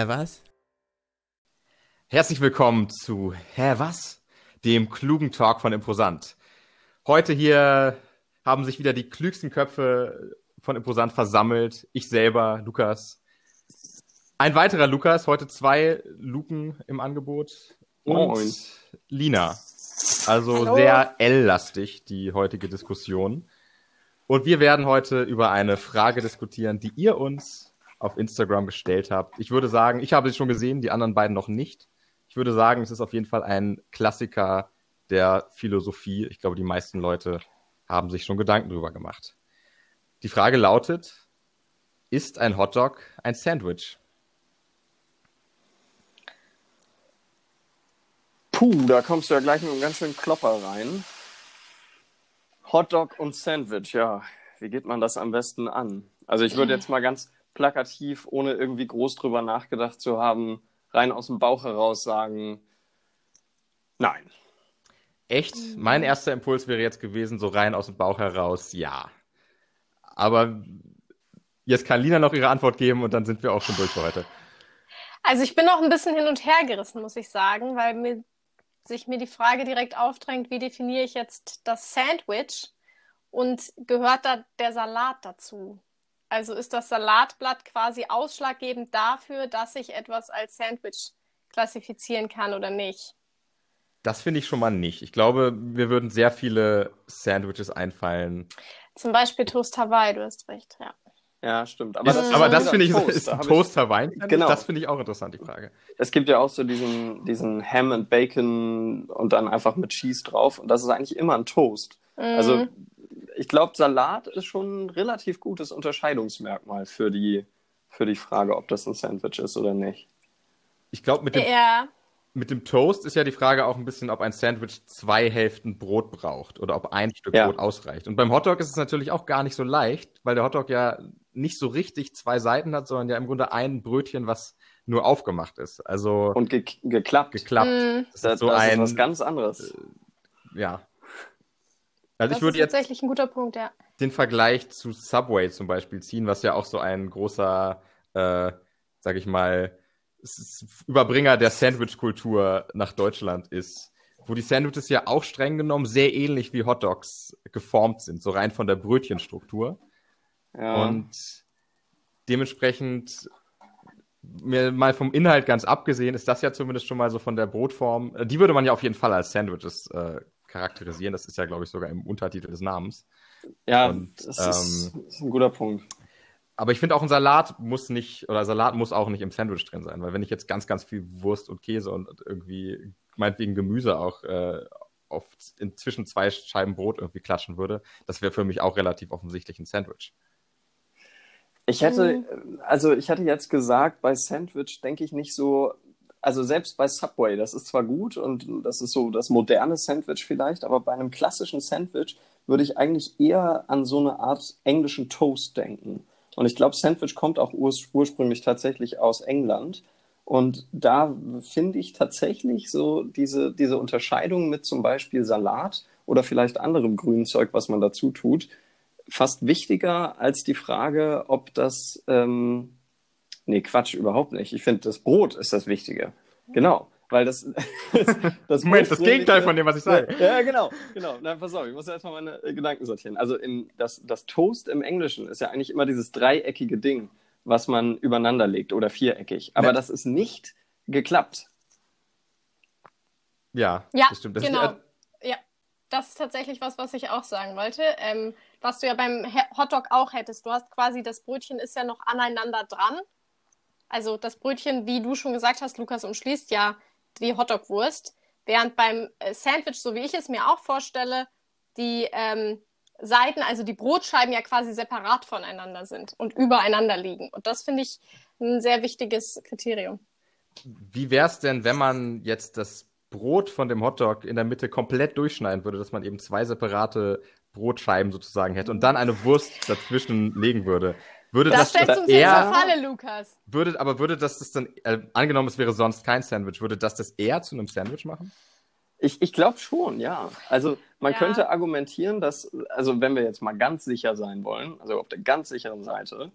Was? Herzlich willkommen zu Was? Dem klugen Talk von Imposant. Heute hier haben sich wieder die klügsten Köpfe von Imposant versammelt. Ich selber, Lukas. Ein weiterer Lukas, heute 2 Luken im Angebot. Und Moin. Lina. Also Hallo. sehr L-lastig, die heutige Diskussion. Und wir werden heute über eine Frage diskutieren, die ihr uns auf Instagram gestellt habt. Ich würde sagen, ich habe sie schon gesehen, die anderen beiden noch nicht. Ich würde sagen, es ist auf jeden Fall ein Klassiker der Philosophie. Ich glaube, die meisten Leute haben sich schon Gedanken drüber gemacht. Die Frage lautet, ist ein Hotdog ein Sandwich? Puh, da kommst du ja gleich mit einem ganz schönen Klopper rein. Hotdog und Sandwich, ja. Wie geht man das am besten an? Also ich würde jetzt mal ganz plakativ, ohne irgendwie groß drüber nachgedacht zu haben, rein aus dem Bauch heraus sagen, nein. Echt? Mein erster Impuls wäre jetzt gewesen, so rein aus dem Bauch heraus, ja. Aber jetzt kann Lina noch ihre Antwort geben und dann sind wir auch schon durch für heute. Also ich bin noch ein bisschen hin und her gerissen, muss ich sagen, weil sich mir die Frage direkt aufdrängt, wie definiere ich jetzt das Sandwich und gehört da der Salat dazu? Also ist das Salatblatt quasi ausschlaggebend dafür, dass ich etwas als Sandwich klassifizieren kann oder nicht? Das finde ich schon mal nicht. Ich glaube, mir würden sehr viele Sandwiches einfallen. Zum Beispiel Toast Hawaii, du hast recht, ja. Ja, stimmt. Aber das finde ich, ist ein Toast Hawaii? Genau. Das finde ich auch interessant, die Frage. Es gibt ja auch so diesen Ham and Bacon und dann einfach mit Cheese drauf. Und das ist eigentlich immer ein Toast. Also ich glaube, Salat ist schon ein relativ gutes Unterscheidungsmerkmal für die Frage, ob das ein Sandwich ist oder nicht. Ich glaube, mit dem Toast ist ja die Frage auch ein bisschen, ob ein Sandwich 2 Hälften Brot braucht oder ob ein Stück Brot ausreicht. Und beim Hotdog ist es natürlich auch gar nicht so leicht, weil der Hotdog ja nicht so richtig 2 Seiten hat, sondern ja im Grunde ein Brötchen, was nur aufgemacht ist. Also und geklappt. Das ist ist was ganz anderes. Ja. Also das ich würde ist tatsächlich ein guter Punkt, ja. Den Vergleich zu Subway zum Beispiel ziehen, was ja auch so ein großer, sag ich mal, Überbringer der Sandwich-Kultur nach Deutschland ist, wo die Sandwiches ja auch streng genommen sehr ähnlich wie Hotdogs geformt sind, so rein von der Brötchenstruktur. Ja. Und dementsprechend, mal vom Inhalt ganz abgesehen, ist das ja zumindest schon mal so von der Brotform, die würde man ja auf jeden Fall als Sandwiches charakterisieren. Das ist ja, glaube ich, sogar im Untertitel des Namens. Ja, und, das ist ein guter Punkt. Aber ich finde auch, ein Salat muss auch nicht im Sandwich drin sein, weil wenn ich jetzt ganz, ganz viel Wurst und Käse und irgendwie meinetwegen Gemüse auch zwischen 2 Scheiben Brot irgendwie klatschen würde, das wäre für mich auch relativ offensichtlich ein Sandwich. Ich hatte jetzt gesagt, bei Sandwich denke ich nicht so, also selbst bei Subway, das ist zwar gut und das ist so das moderne Sandwich vielleicht, aber bei einem klassischen Sandwich würde ich eigentlich eher an so eine Art englischen Toast denken. Und ich glaube, Sandwich kommt auch ursprünglich tatsächlich aus England. Und da finde ich tatsächlich so diese Unterscheidung mit zum Beispiel Salat oder vielleicht anderem Grünzeug, was man dazu tut, fast wichtiger als die Frage, ob das... Quatsch, überhaupt nicht. Ich finde, das Brot ist das Wichtige. Genau. Weil das Moment, das Gegenteil von dem, was ich sage. Ja, genau. Nein, pass auf, ich muss erstmal meine Gedanken sortieren. Also das Toast im Englischen ist ja eigentlich immer dieses dreieckige Ding, was man übereinander legt oder viereckig. Aber das ist nicht geklappt. Ja, das stimmt. Genau. Ja, das ist tatsächlich was ich auch sagen wollte. Was du ja beim Hotdog auch hättest. Du hast quasi, das Brötchen ist ja noch aneinander dran. Also das Brötchen, wie du schon gesagt hast, Lukas, umschließt ja die Hotdog-Wurst, während beim Sandwich, so wie ich es mir auch vorstelle, die Seiten, also die Brotscheiben ja quasi separat voneinander sind und übereinander liegen. Und das finde ich ein sehr wichtiges Kriterium. Wie wäre es denn, wenn man jetzt das Brot von dem Hotdog in der Mitte komplett durchschneiden würde, dass man eben 2 separate Brotscheiben sozusagen hätte und dann eine Wurst dazwischen legen würde? Das stellst du uns jetzt zur Falle, Lukas. Würde das dann, angenommen, es wäre sonst kein Sandwich, würde das eher zu einem Sandwich machen? Ich glaube schon, ja. Also man könnte argumentieren, dass, also wenn wir jetzt mal ganz sicher sein wollen, also auf der ganz sicheren Seite,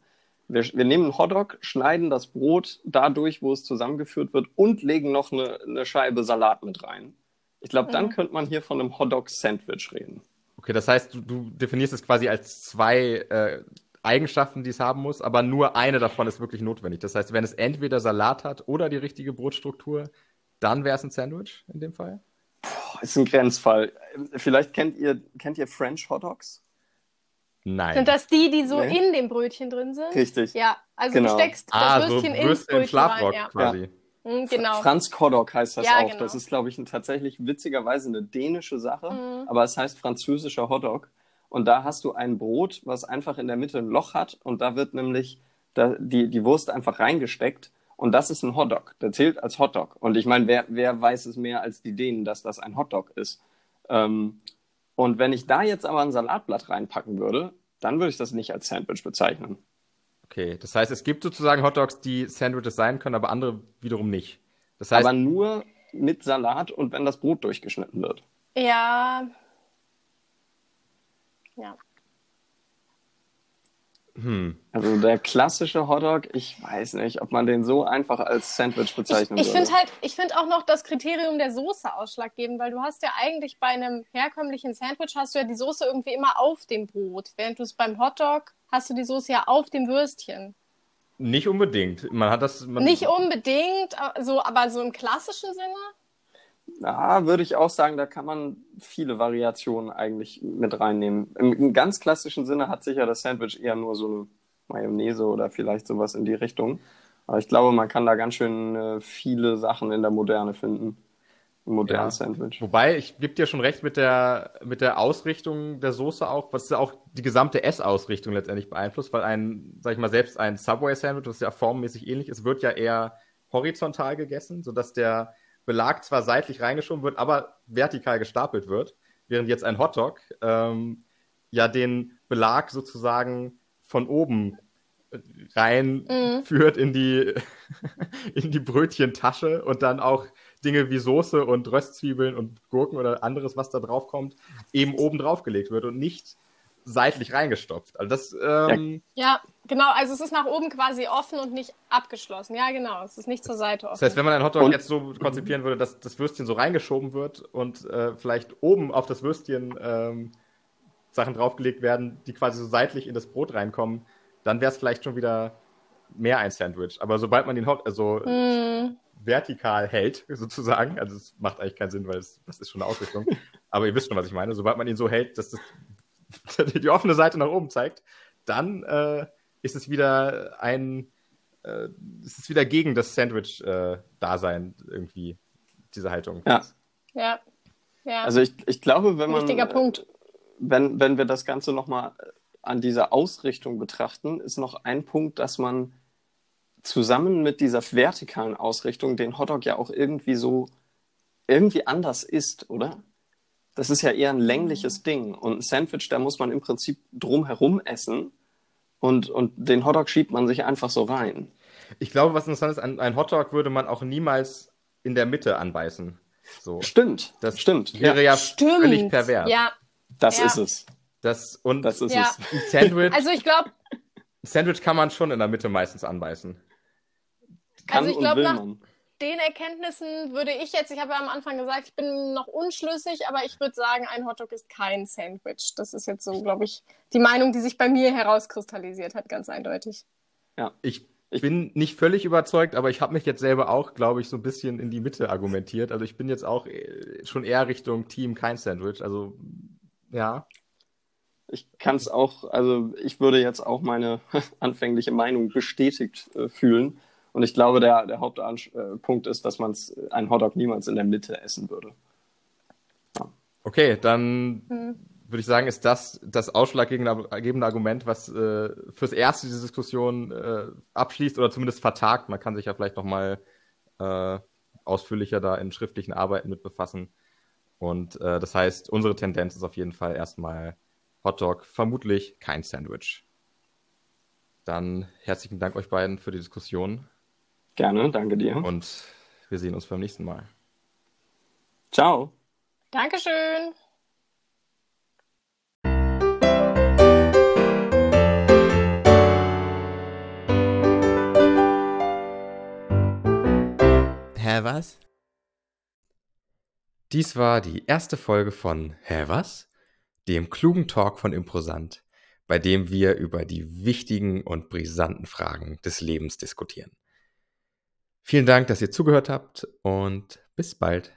Wir nehmen einen Hotdog, schneiden das Brot dadurch, wo es zusammengeführt wird und legen noch eine Scheibe Salat mit rein. Ich glaube, dann könnte man hier von einem Hotdog-Sandwich reden. Okay, das heißt, du definierst es quasi als zwei Eigenschaften, die es haben muss, aber nur eine davon ist wirklich notwendig. Das heißt, wenn es entweder Salat hat oder die richtige Brotstruktur, dann wäre es ein Sandwich in dem Fall? Ist ein Grenzfall. Vielleicht kennt ihr French Hotdogs? Nein. Sind das die so in dem Brötchen drin sind? Richtig. Ja, also Genau. du steckst das Würstchen so ins Würstchen im Brötchen Schlafrock rein. Ja. quasi. Genau. Franz Kodok heißt das Ja, auch. genau. Das ist, glaube ich, tatsächlich witzigerweise eine dänische Sache, aber es heißt französischer Hotdog. Und da hast du ein Brot, was einfach in der Mitte ein Loch hat und da wird nämlich die Wurst einfach reingesteckt und das ist ein Hotdog. Der zählt als Hotdog. Und ich meine, wer weiß es mehr als die Dänen, dass das ein Hotdog ist? Und wenn ich da jetzt aber ein Salatblatt reinpacken würde, dann würde ich das nicht als Sandwich bezeichnen. Okay, das heißt, es gibt sozusagen Hotdogs, die Sandwiches sein können, aber andere wiederum nicht. Das heißt, Aber nur mit Salat und wenn das Brot durchgeschnitten wird. Ja. Also der klassische Hotdog, ich weiß nicht, ob man den so einfach als Sandwich bezeichnen Ich würde. finde auch noch das Kriterium der Soße ausschlaggebend, weil du hast ja eigentlich bei einem herkömmlichen Sandwich hast du ja die Soße irgendwie immer auf dem Brot, während du es beim Hotdog hast du die Soße ja auf dem Würstchen. nicht unbedingt. Man hat das. Nicht unbedingt, aber so im klassischen Sinne. Ja, würde ich auch sagen, da kann man viele Variationen eigentlich mit reinnehmen. Im ganz klassischen Sinne hat sicher das Sandwich eher nur so eine Mayonnaise oder vielleicht sowas in die Richtung. Aber ich glaube, man kann da ganz schön viele Sachen in der Moderne finden. Im modernen Sandwich. Wobei, ich gebe dir schon recht mit der Ausrichtung der Soße auch, was ja auch die gesamte Essausrichtung letztendlich beeinflusst, weil sag ich mal, selbst ein Subway-Sandwich, das ja formmäßig ähnlich ist, wird ja eher horizontal gegessen, sodass der Belag zwar seitlich reingeschoben wird, aber vertikal gestapelt wird, während jetzt ein Hotdog ja den Belag sozusagen von oben reinführt in die Brötchentasche und dann auch Dinge wie Soße und Röstzwiebeln und Gurken oder anderes, was da drauf kommt, eben oben drauf gelegt wird und nicht seitlich reingestopft. Also das, ja, genau. Also es ist nach oben quasi offen und nicht abgeschlossen. Ja, genau. Es ist nicht zur Seite offen. Das heißt, wenn man einen Hotdog jetzt so konzipieren würde, dass das Würstchen so reingeschoben wird und vielleicht oben auf das Würstchen Sachen draufgelegt werden, die quasi so seitlich in das Brot reinkommen, dann wäre es vielleicht schon wieder mehr ein Sandwich. Aber sobald man den vertikal hält, sozusagen, also es macht eigentlich keinen Sinn, weil das ist schon eine Ausrichtung, aber ihr wisst schon, was ich meine, sobald man ihn so hält, dass die offene Seite nach oben zeigt, dann ist es wieder gegen das Sandwich-Dasein irgendwie, diese Haltung. Ja. Also ich glaube, wenn man, wichtiger Punkt. Wenn wir das Ganze nochmal an dieser Ausrichtung betrachten, ist noch ein Punkt, dass man zusammen mit dieser vertikalen Ausrichtung den Hotdog ja auch irgendwie anders isst, oder? Das ist ja eher ein längliches Ding. Und ein Sandwich, da muss man im Prinzip drumherum essen und den Hotdog schiebt man sich einfach so rein. Ich glaube, was interessant ist, ein Hotdog würde man auch niemals in der Mitte anbeißen. So. Stimmt. Das stimmt. wäre ja völlig pervers. Ja. Das ist es. Das ist es. Ein Sandwich. Also ich glaube, Sandwich kann man schon in der Mitte meistens anbeißen. Kann ich und glaube, will nach man. den Erkenntnissen würde ich jetzt, ich habe ja am Anfang gesagt, ich bin noch unschlüssig, aber ich würde sagen, ein Hotdog ist kein Sandwich. Das ist jetzt so, glaube ich, die Meinung, die sich bei mir herauskristallisiert hat, ganz eindeutig. Ja. Ich bin nicht völlig überzeugt, aber ich habe mich jetzt selber auch, glaube ich, so ein bisschen in die Mitte argumentiert. Also ich bin jetzt auch schon eher Richtung Team kein Sandwich. Also, ja. Ich kann es auch, also ich würde jetzt auch meine anfängliche Meinung bestätigt fühlen. Und ich glaube, der Hauptpunkt ist, dass man einen Hotdog niemals in der Mitte essen würde. Ja. Okay, dann würde ich sagen, ist das ausschlaggebende Argument, was fürs Erste diese Diskussion abschließt oder zumindest vertagt. Man kann sich ja vielleicht nochmal ausführlicher da in schriftlichen Arbeiten mit befassen. Und das heißt, unsere Tendenz ist auf jeden Fall erstmal Hotdog, vermutlich kein Sandwich. Dann herzlichen Dank euch beiden für die Diskussion. Gerne, danke dir. Und wir sehen uns beim nächsten Mal. Ciao. Dankeschön. Hä, was? Dies war die erste Folge von Hä, was? Dem klugen Talk von Improsant, bei dem wir über die wichtigen und brisanten Fragen des Lebens diskutieren. Vielen Dank, dass ihr zugehört habt und bis bald.